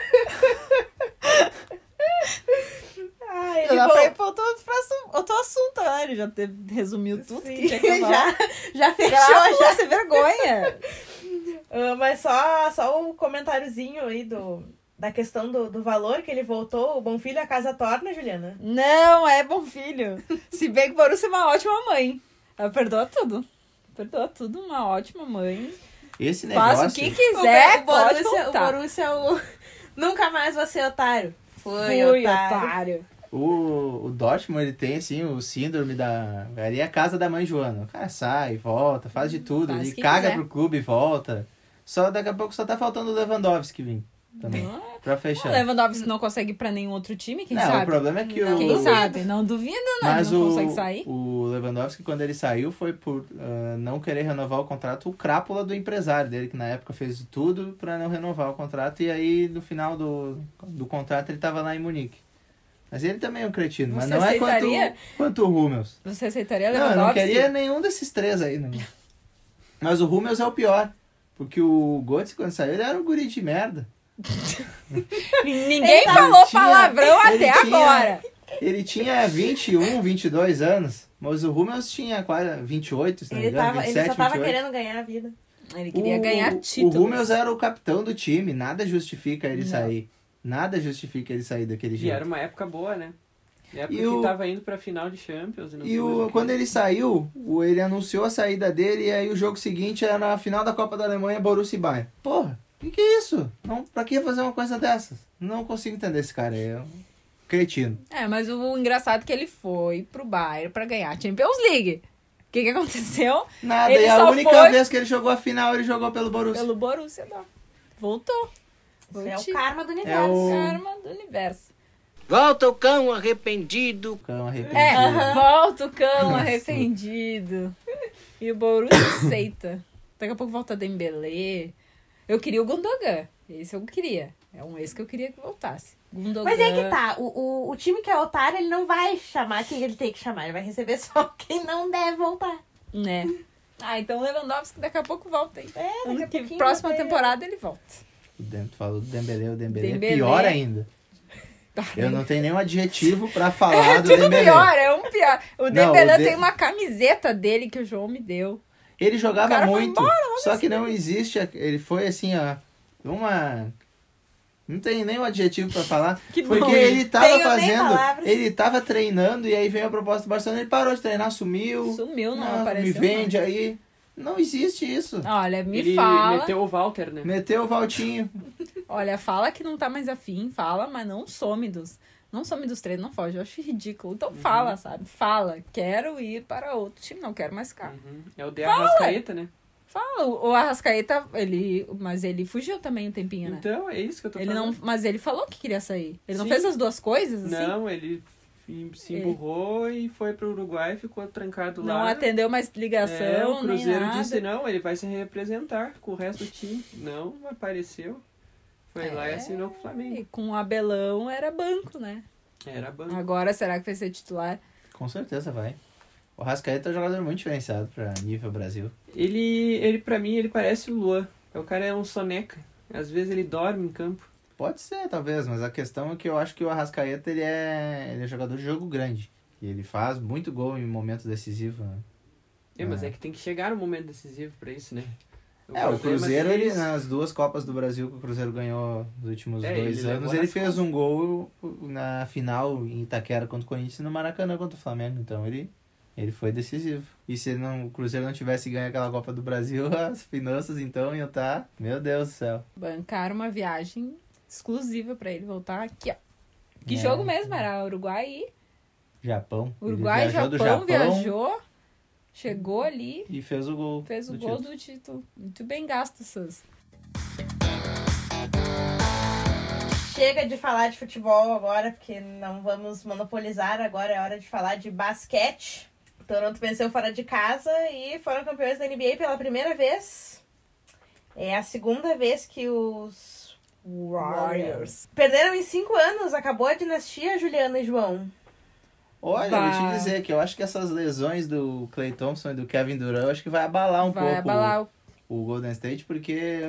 Ah, Já ele dá vol- pra ir pra outro, pra outro assunto, né? Ele já teve, resumiu tudo Sim, que tinha que falar. já, já fechou, Crápula, já. sem vergonha. Ah, mas só, só um comentáriozinho aí do, da questão do, do valor que ele voltou. O Bom Filho a casa torna, Juliana. Não, é bom filho. Se bem que o Borussia é uma ótima mãe. Ela perdoa tudo. Perdoa tudo, uma ótima mãe. Esse Faz negócio... o que quiser, o pode Borussia, o voltar. Borussia é o... Nunca mais vou ser otário. Foi, Fui, otário. otário. O, o Dortmund, ele tem, assim, o síndrome da... Ali é a casa da mãe Joana. O cara sai, volta, faz de tudo. Faz o Ele que caga quiser. pro clube e volta. Só daqui a pouco só tá faltando o Lewandowski vir também. Ah, Pra O fechar. Lewandowski não consegue ir pra nenhum outro time, quem não, sabe? o problema é que Não, o... Quem sabe? Não duvido, não. Mas Ele não o, consegue sair. o Lewandowski, quando ele saiu, foi por ah, não querer renovar o contrato, o crápula do empresário dele, que na época fez tudo pra não renovar o contrato. E aí, no final do, do contrato, ele tava lá em Munique. Mas ele também é um cretino, mas Você não é quanto, aceitaria? quanto o Hummels. Você aceitaria Não, eu Lewandowski? não queria nenhum desses três aí, não. Mas o Hummels é o pior. Porque o Götze, quando saiu, ele era um guri de merda. Ninguém Ele tava- falou tinha- palavrão ele até tinha- agora. Ele tinha vinte e um, vinte e dois anos, mas o Hummels tinha quase vinte e oito, se não me Ele, engano, tava, ele vinte e sete, só tava vinte e oito. querendo ganhar a vida. Ele queria o, ganhar títulos. O Hummels era o capitão do time, nada justifica ele Não. sair. Nada justifica ele sair daquele E jeito. era uma época boa, né? Época E que o- tava indo pra final de Champions. E, não E sei mais o, que. quando ele saiu, o, ele anunciou a saída dele e aí o jogo seguinte era a final da Copa da Alemanha, Borussia e Bayern. Porra, o que, que é isso? Não, pra que fazer uma coisa dessas? Não consigo entender esse cara, é um cretino. É, mas o engraçado é que ele foi pro Bayern pra ganhar a Champions League. O que que aconteceu? Nada, Ele e a só única foi- vez que ele jogou a final, ele jogou pelo Borussia. Pelo Borussia, não. Voltou. Isso é o Voltou. karma do universo. É o- Karma do universo. Volta o cão arrependido. Cão arrependido. É, volta o cão arrependido. E o Borussia aceita. Daqui a pouco volta Dembélé. Eu queria o Gundogan. Esse eu queria. É um ex que eu queria que voltasse. Gundogan. Mas é que tá, o, o, o time que é otário, ele não vai chamar quem ele tem que chamar. Ele vai receber só quem não deve voltar. Né? Ah, então o Lewandowski daqui a pouco volta aí. É, daqui a Ano que- pouquinho próxima vai ter- temporada ele volta. O Dem- Tu falou do Dembélé, o Dembélé, Dembélé. é pior ainda. Eu não tenho nenhum adjetivo pra falar do Tudo Dembélé. pior, é um pior. O Não, Dembélé o De- tem uma camiseta dele que o João me deu. Ele O jogava cara foi muito, embora, só que não existe, a- ele foi assim, ó, uma... Não tem nenhum adjetivo pra falar, Que porque bom. ele tava Tenho nem fazendo, palavras. ele tava treinando e aí veio a proposta do Barcelona, ele parou de treinar, sumiu, Sumiu, não, não, apareceu. me vende aí, não existe isso. não. Olha, me Ele fala. meteu o Walter, né? Meteu o Valtinho, Olha, fala que não tá mais afim, fala, mas não some dos. Não some dos treinos, não foge. Eu acho ridículo. Então fala, sabe? Fala. Quero ir para outro time, não quero mais ficar. Uhum. É o De Arrascaeta, né? Fala, o Arrascaeta, ele... Mas ele fugiu também um tempinho, né? Então, é isso que eu tô ele falando. não, mas ele falou que queria sair. Ele não Sim. fez as duas coisas, assim? Não, ele se empurrou e foi pro Uruguai, ficou trancado Não lá. Não atendeu mais ligação, é, o Cruzeiro nem nada. disse, não, ele vai se representar com o resto do time. Não, apareceu. Foi é, lá e assinou com o Flamengo. E com o Abelão era banco, né? Era banco. Agora, será que vai ser titular? Com certeza vai. O Arrascaeta é um jogador muito diferenciado pra nível Brasil. Ele, ele pra mim, ele parece o Luan. O cara é um soneca. Às vezes ele dorme em campo. Pode ser, talvez, mas a questão é que eu acho que o Arrascaeta, ele é, ele é jogador de jogo grande. E ele faz muito gol em momentos decisivos, né? É, mas É. é que tem que chegar no momento decisivo pra isso, né? É, o Cruzeiro, é que ele, eles- nas duas Copas do Brasil que o Cruzeiro ganhou nos últimos É, dois ele levou anos, ele nas fez costas. um gol na final em Itaquera contra o Corinthians e no Maracanã contra o Flamengo. Então ele, ele foi decisivo. E se não, o Cruzeiro não tivesse ganho aquela Copa do Brasil, as finanças então iam estar... Meu Deus do céu. Bancaram uma viagem exclusiva pra ele voltar aqui, ó. Que É. jogo mesmo? Era Uruguai e... Japão. Ele Uruguai e viajou Japão, do viajou, chegou ali, e fez o gol. fez o do gol título. do título. Muito bem gasto, Sus. Chega de falar de futebol agora, porque não vamos monopolizar. Agora é hora de falar de basquete. O Toronto venceu fora de casa e foram campeões da N B A pela primeira vez. É a segunda vez que os Warriors perderam em cinco anos. Acabou a dinastia, Juliana e João. Olha, eu vou Vai. te dizer que eu acho que essas lesões do Klay Thompson e do Kevin Durant, eu acho que vai abalar um Vai pouco abalar o... o Golden State, porque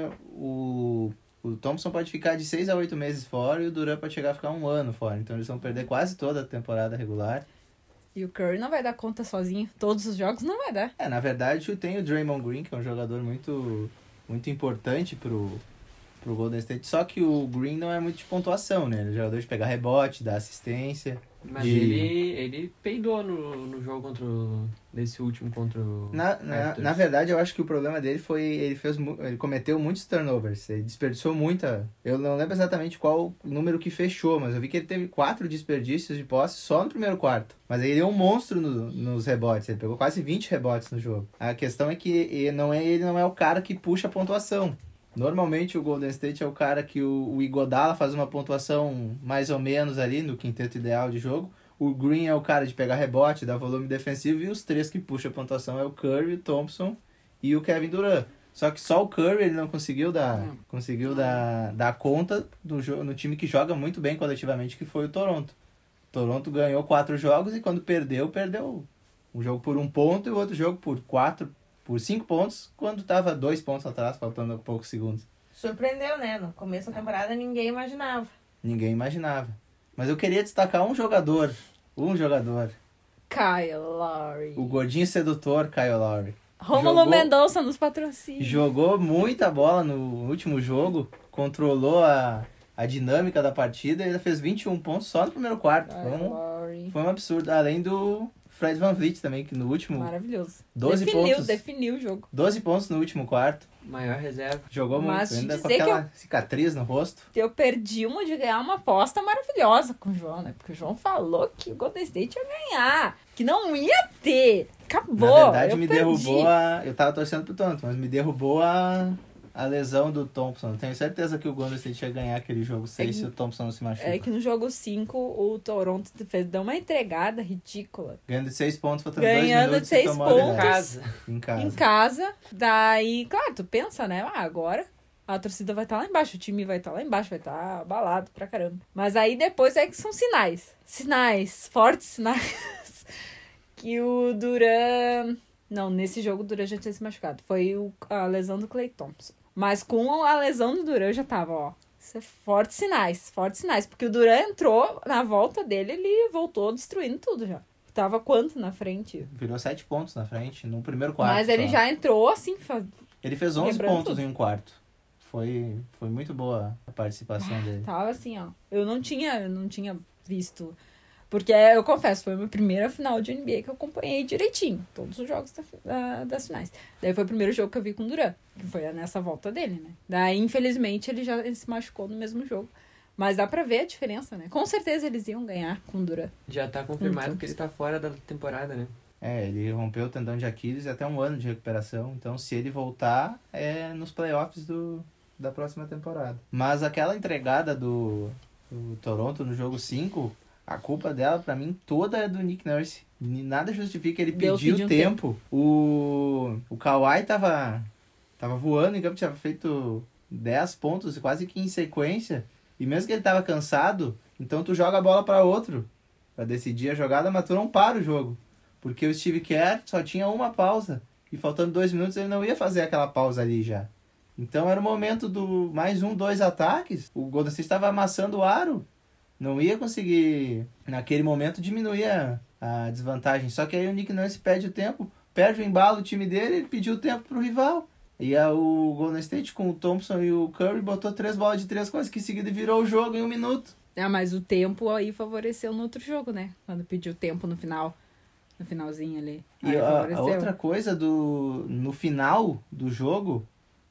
o, o Thompson pode ficar de seis a oito meses fora e o Durant pode chegar a ficar um ano fora. Então eles vão perder quase toda a temporada regular. E o Curry não vai dar conta sozinho. Todos os jogos não vai dar. É, na verdade, tem o Draymond Green, que é um jogador muito, muito importante pro, pro Golden State. Só que o Green não é muito de pontuação, né? Ele é jogador de pegar rebote, dar assistência. Mas de- ele, ele peidou no, no jogo contra o... Nesse último contra o... Na, na, Raptors. na verdade, eu acho que o problema dele foi ele fez mu- ele cometeu muitos turnovers, ele desperdiçou muita. Eu não lembro exatamente qual o número que fechou, mas eu vi que ele teve quatro desperdícios de posse só no primeiro quarto. Mas aí ele é um monstro no- nos rebotes, ele pegou quase vinte rebotes no jogo. A questão é que ele não é, ele não é o cara que puxa a pontuação. Normalmente o Golden State é o cara que o, o Iguodala faz uma pontuação mais ou menos ali no quinteto ideal de jogo. O Green é o cara de pegar rebote, dar volume defensivo, e os três que puxam a pontuação é o Curry, o Thompson e o Kevin Durant. Só que só o Curry ele não conseguiu dar, conseguiu dar, dar conta do jogo, no time que joga muito bem coletivamente, que foi o Toronto. O Toronto ganhou quatro jogos e quando perdeu, perdeu um jogo por um ponto e o outro jogo por quatro, por cinco pontos, quando estava dois pontos atrás, faltando poucos segundos. Surpreendeu, né? No começo da temporada ninguém imaginava. Ninguém imaginava. Mas eu queria destacar um jogador, um jogador, Kyle Lowry. o gordinho sedutor Kyle Lowry. Rômulo jogou- Mendonça nos patrocínios. Jogou muita bola no último jogo, controlou a, a dinâmica da partida e ele fez vinte e um pontos só no primeiro quarto. Foi Kyle um, Lowry. foi um absurdo. Além do Fred VanVleet também, que no último... Maravilhoso. doze definiu, pontos. definiu o jogo. doze pontos no último quarto. Maior reserva. Jogou Mas muito, te ainda com dizer que aquela cicatriz no rosto. Eu perdi uma de ganhar uma aposta maravilhosa com o João, né? Porque o João falou que o Golden State ia ganhar. Que não ia ter. Acabou. Na verdade, eu me perdi. derrubou a... Eu tava torcendo pro Toronto, mas me derrubou a... a lesão do Thompson. Eu tenho certeza que o Golden State ia ganhar aquele jogo seis É se o Thompson não se machuca. É que no jogo cinco, o Toronto fez, deu uma entregada ridícula. Ganhando de seis pontos, faltando dois Ganhando minutos de e seis tomando pontos. Em dez. casa. Em casa. Em casa. Daí, claro, tu pensa, né? Ah, agora a torcida vai estar lá embaixo, o time vai estar lá embaixo, vai estar abalado pra caramba. Mas aí depois é que são sinais. Sinais, fortes sinais. Que o Duran... Não, nesse jogo o Duran já tinha se machucado. Foi o, a lesão do Klay Thompson. Mas com a lesão do Duran já tava, ó. Isso é fortes sinais, fortes sinais. Porque o Duran entrou, na volta dele, ele voltou destruindo tudo já. Tava quanto na frente? Virou sete pontos na frente, no primeiro quarto. Mas ele só. já entrou assim, fa- Ele fez onze quebrando pontos tudo. em um quarto. Foi, foi muito boa a participação dele. tava assim, ó. Eu não tinha, eu não tinha visto. Porque eu confesso, foi a minha primeira final de N B A que eu acompanhei direitinho. Todos os jogos da, da- das finais. Daí foi o primeiro jogo que eu vi com o Duran. Que foi nessa volta dele, né? Daí, infelizmente, ele já ele se machucou no mesmo jogo. Mas dá pra ver a diferença, né? Com certeza eles iam ganhar com o Duran. Já tá confirmado Então. que ele tá fora da temporada, né? É, ele rompeu o tendão de Aquiles e até um ano de recuperação. Então, se ele voltar, é nos playoffs do, da próxima temporada. Mas aquela entregada do, do Toronto no jogo cinco, a culpa dela, pra mim, toda é do Nick Nurse. Nada justifica ele Deu, pedir pediu o um tempo. O, o Kawhi tava, tava voando em campo, tinha feito dez pontos quase que em sequência. E mesmo que ele tava cansado, então tu joga a bola pra outro, pra decidir a jogada, mas tu não para o jogo. Porque o Steve Kerr só tinha uma pausa. E faltando dois minutos ele não ia fazer aquela pausa ali já. Então era o momento do mais um, dois ataques. O Golden State estava amassando o aro. Não ia conseguir, naquele momento, diminuir a, a desvantagem. Só que aí o Nick Nurse perde o tempo, perde o embalo, o time dele, ele pediu o tempo pro rival. E aí o Golden State com o Thompson e o Curry botou três bolas de três quase que em seguida e virou o jogo em um minuto. Ah, mas o tempo aí favoreceu no outro jogo, né? Quando pediu tempo no final. No finalzinho ali. E a, a outra coisa, do no final do jogo,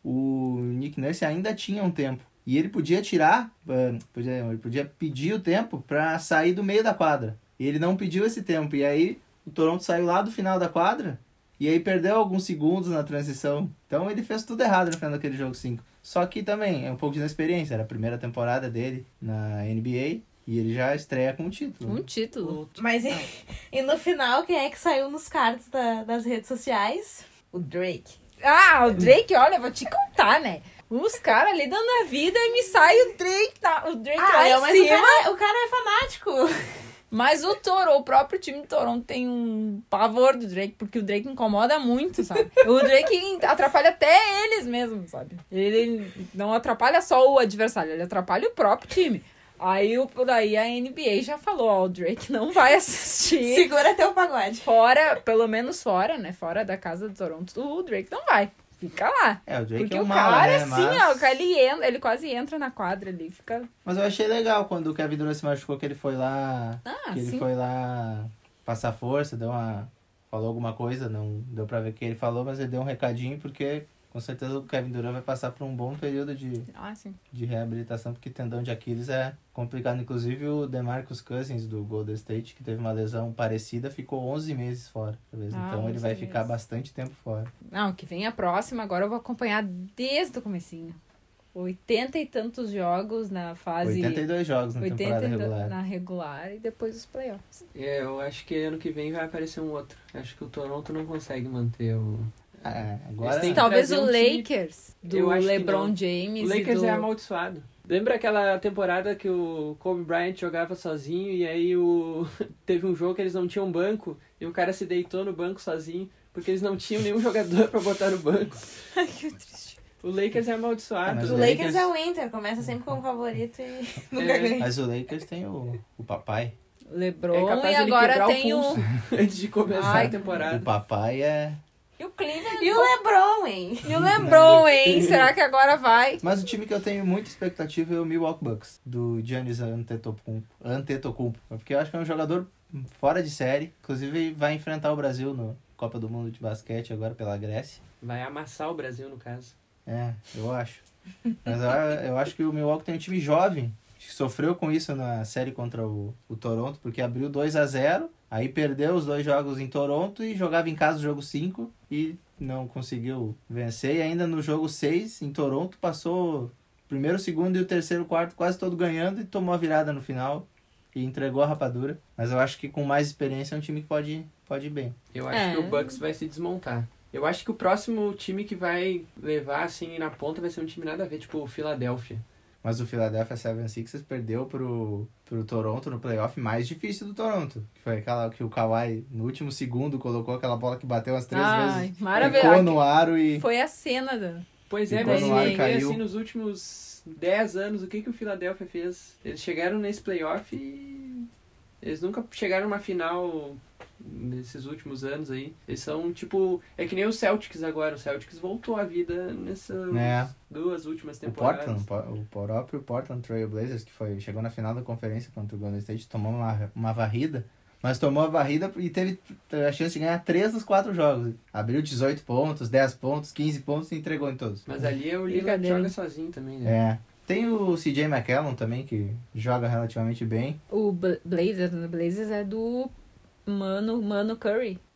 o Nick Nurse ainda tinha um tempo. E ele podia tirar, podia, ele podia pedir o tempo para sair do meio da quadra. E ele não pediu esse tempo. E aí o Toronto saiu lá do final da quadra e aí perdeu alguns segundos na transição. Então ele fez tudo errado no final daquele jogo cinco. Só que também é um pouco de inexperiência. Era a primeira temporada dele na N B A. E ele já estreia com um título. Um título. Mas e, e no final, quem é que saiu nos cards da, das redes sociais? O Drake. Ah, o Drake, olha, vou te contar, né? Os caras ali dando a vida e me sai o Drake, tá? O Drake Ah, lá é, em mas cima. o cara, o cara é fanático. Mas o Toronto, o próprio time do Toronto tem um pavor do Drake, porque o Drake incomoda muito, sabe? O Drake atrapalha até eles mesmos, sabe? Ele não atrapalha só o adversário, ele atrapalha o próprio time. Aí, o, daí a N B A já falou, ó, o Drake não vai assistir. Segura teu pagode. Fora, pelo menos fora, né? Fora da casa do Toronto, o Drake não vai. Fica lá. É, o Drake Porque é um o mala, cara, né? assim, Mas... ó, ele, entra, ele quase entra na quadra ali, fica... Mas eu achei legal quando o Kevin Durant se machucou, que ele foi lá... Ah, que ele sim. foi lá passar força, deu uma... falou alguma coisa, não deu pra ver o que ele falou, mas ele deu um recadinho, porque com certeza o Kevin Durant vai passar por um bom período de, Ah, sim. de reabilitação, porque tendão de Aquiles é complicado. Inclusive o DeMarcus Cousins do Golden State, que teve uma lesão parecida, ficou onze meses fora. Talvez. Ah, Então ele onze vai ficar meses. bastante tempo fora. Não, que vem a próxima, agora eu vou acompanhar desde o comecinho. oitenta e tantos jogos na fase... oitenta e dois jogos na oitenta temporada e dois regular. na regular e depois os playoffs. É, eu acho que ano que vem vai aparecer um outro. Acho que o Toronto não consegue manter o... Ah, agora... Eles têm que Talvez trazer o um time- Lakers, Eu do acho que LeBron não. James O Lakers e do... é amaldiçoado. Lembra aquela temporada que o Kobe Bryant jogava sozinho e aí o... teve um jogo que eles não tinham banco e o cara se deitou no banco sozinho porque eles não tinham nenhum jogador pra botar no banco. Ai, que triste. O Lakers é É, amaldiçoado. mas O o Lakers, Lakers é o Inter, começa sempre como favorito e nunca É. ganha. Mas o Lakers tem o, o papai. LeBron É capaz e de ele agora quebrar tem o o... pulso antes de começar Ai, a O temporada. papai é... E o Cleveland. E o LeBron, hein? E o LeBron, hein? Será que agora vai? Mas o time que eu tenho muita expectativa é o Milwaukee Bucks, do Giannis Antetokounmpo. Antetokounmpo. Porque eu acho que é um jogador fora de série. Inclusive vai enfrentar o Brasil no Copa do Mundo de Basquete agora pela Grécia. Vai amassar o Brasil, no caso. É, eu acho. Mas eu, eu acho que o Milwaukee tem um time jovem, que sofreu com isso na série contra o, o Toronto, porque abriu dois a zero, aí perdeu os dois jogos em Toronto e jogava em casa o jogo cinco e não conseguiu vencer. E ainda no jogo seis, em Toronto, passou o primeiro, o segundo e o terceiro quarto quase todo ganhando e tomou a virada no final e entregou a rapadura. Mas eu acho que com mais experiência é um time que pode, pode ir bem. Eu acho É. que o Bucks vai se desmontar. Eu acho que o próximo time que vai levar, assim, na ponta vai ser um time nada a ver, tipo o Philadelphia. Mas o Philadelphia setenta e seis perdeu pro, pro Toronto no playoff mais difícil do Toronto. Que foi aquela que o Kawhi, no último segundo, colocou aquela bola que bateu umas três Ai, vezes. maravilha. Ficou no aro e... Foi a cena da... Pois é, Ficou mas no ar e e, caiu. assim, nos últimos dez anos, o que, que o Philadelphia fez? Eles chegaram nesse playoff e eles nunca chegaram numa final nesses últimos anos aí. Eles são, tipo... É que nem o Celtics agora. O Celtics voltou à vida nessas É. duas últimas O temporadas. Portland, o próprio Portland Trail Blazers, que foi, chegou na final da conferência contra o Golden State, tomou uma, uma varrida, mas tomou a varrida e teve a chance de ganhar três dos quatro jogos. Abriu dezoito pontos, dez pontos, quinze pontos e entregou em todos. Mas ali é o Lillard Brincadeira. joga sozinho também, né? É. Tem o C J McCallum também, que joga relativamente bem. O Bla- Blazers, o Blazers é do Mano, Mano Curry.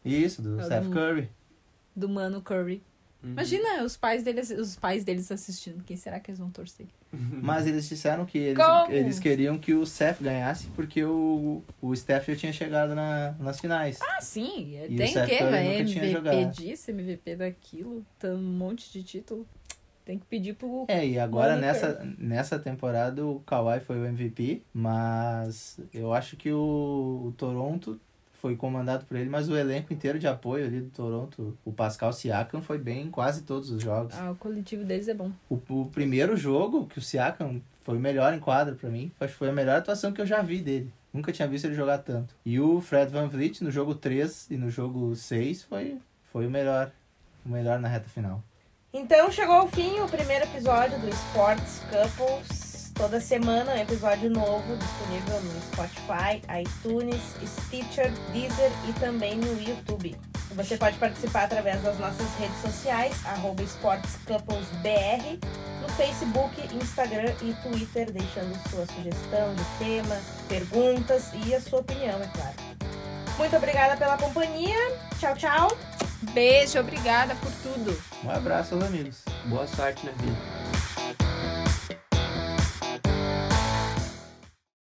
Isso, do É o Steph do- Curry. Do Mano Curry. Uhum. Imagina os pais deles, os pais deles assistindo. Quem será que eles vão torcer? Mas eles disseram que eles, Como? eles queriam que o Steph ganhasse porque o, o Steph já tinha chegado na, nas finais. Ah, sim. E o Tem Steph que, Curry vai. nunca M tinha V P jogado. disso, M V P daquilo. Tem um monte de título. Tem que pedir pro... É, e agora Mano nessa, nessa temporada o Kawhi foi o M V P, mas eu acho que o, o Toronto foi comandado por ele, mas o elenco inteiro de apoio ali do Toronto, o Pascal Siakam foi bem em quase todos os jogos. Ah, o coletivo deles é bom. O, o primeiro jogo que o Siakam foi o melhor em quadra pra mim, acho que foi a melhor atuação que eu já vi dele. Nunca tinha visto ele jogar tanto. E o Fred VanVleet no jogo três e no jogo seis foi, foi o melhor, o melhor na reta final. Então chegou ao fim o primeiro episódio do Sports Couples. Toda semana um episódio novo disponível no Spotify, iTunes, Stitcher, Deezer e também no YouTube. Você pode participar através das nossas redes sociais, arroba SportsCouplesBR, no Facebook, Instagram e Twitter, deixando sua sugestão de tema, perguntas e a sua opinião, é claro. Muito obrigada pela companhia. Tchau, tchau. Beijo, obrigada por tudo. Um abraço aos amigos. Boa sorte na vida.